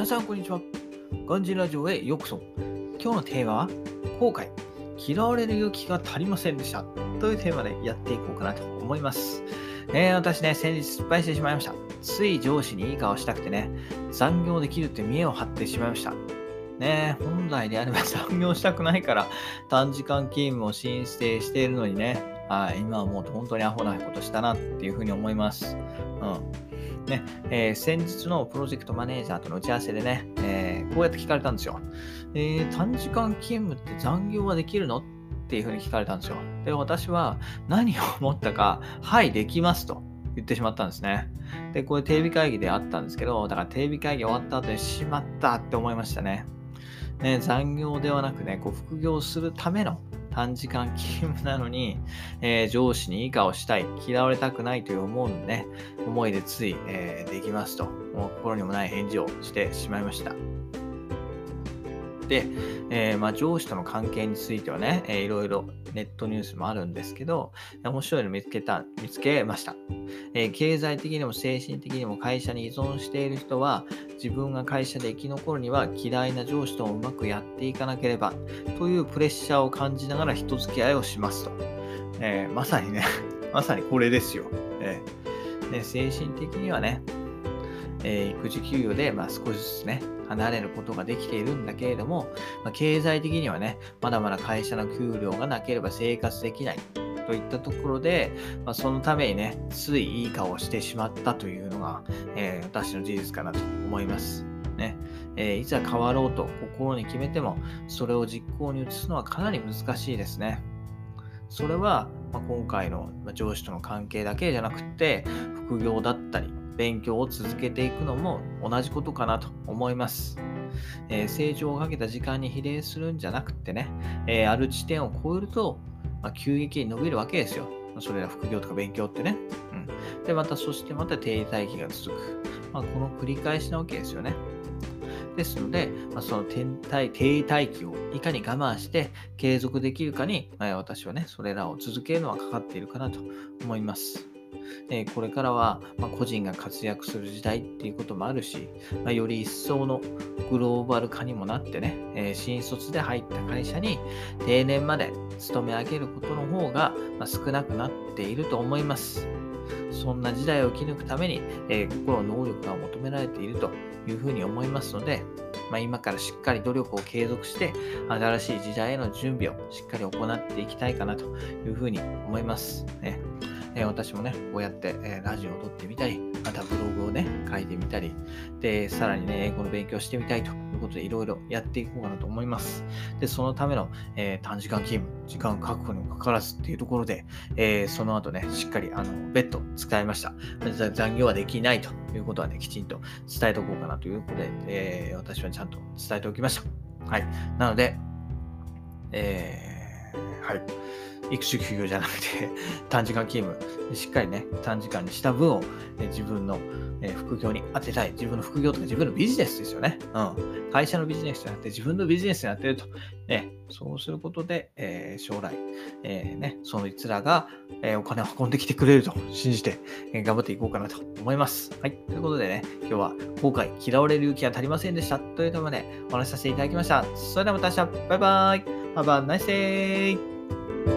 さんこんにちは。ガンジーラジオへようこそ。今日のテーマは後悔。嫌われる勇気が足りませんでした。というテーマでやっていこうかなと思います。私ね、先日失敗してしまいました。つい上司にいい顔したくてね、残業できるって見栄を張ってしまいました。本来であれば残業したくないから短時間勤務を申請しているのにね、今はもう本当にアホなことしたなっていうふうに思います。先日のプロジェクトマネージャーとの打ち合わせでね、こうやって聞かれたんですよ。短時間勤務って残業はできるのっていうふうに聞かれたんですよ。で、私は何を思ったか、はい、できますと言ってしまったんですね。で、これテレビ会議であったんですけど、だからテレビ会議終わった後にしまったって思いましたね。残業ではなくね、副業するための短時間勤務なのに、上司にいい顔したい、嫌われたくないという思いでつい、できますと、もう心にもない返事をしてしまいました。で、上司との関係についてはね、いろいろネットニュースもあるんですけど、面白いの見つけました。経済的にも精神的にも会社に依存している人は、自分が会社で生き残るには嫌いな上司ともうまくやっていかなければというプレッシャーを感じながら人付き合いをしますと。まさにね、まさにこれですよ。精神的にはね、育児休業で少しずつね、離れることができているんだけれども、経済的にはね、まだまだ会社の給料がなければ生活できないといったところで、そのためにね、ついいい顔をしてしまったというのが、私の事実かなと思います。いざ変わろうと心に決めても、それを実行に移すのはかなり難しいですね。それは、今回の上司との関係だけじゃなくて、副業だったり、勉強を続けていくのも同じことかなと思います。成長をかけた時間に比例するんじゃなくてね、ある地点を超えると、急激に伸びるわけですよ。それら副業とか勉強ってね。で、そしてまた停滞期が続く。この繰り返しなわけですよね。ですので、その停滞期をいかに我慢して継続できるかに、私はね、それらを続けるのはかかっているかなと思います。これからは、個人が活躍する時代っていうこともあるし、より一層のグローバル化にもなってね、新卒で入った会社に定年まで勤め上げることの方が、少なくなっていると思います。そんな時代を生き抜くために、心の能力が求められているというふうに思いますので、今からしっかり努力を継続して、新しい時代への準備をしっかり行っていきたいかなというふうに思います。私もね、こうやって、ラジオを撮ってみたり、またブログをね、書いてみたり、で、さらにね、英語の勉強してみたいということで、いろいろやっていこうかなと思います。で、そのための、短時間勤務、時間確保にもかかわらずっていうところで、その後ね、しっかり、別途使いました。残業はできないということはね、きちんと伝えておこうかなということで、私はちゃんと伝えておきました。はい。なので、はい。育種休業じゃなくて短時間勤務しっかりね短時間にした分を自分の副業に当てたい。自分の副業とか自分のビジネスですよね。会社のビジネスじゃなくて自分のビジネスになっていると、そうすることで、将来、そいつらが、お金を運んできてくれると信じて、頑張っていこうかなと思います。はい。ということでね、今日は後悔、嫌われる勇気が足りませんでしたというテーマでお話しさせていただきました。それではまた明日。バイバイ。Have a nice day.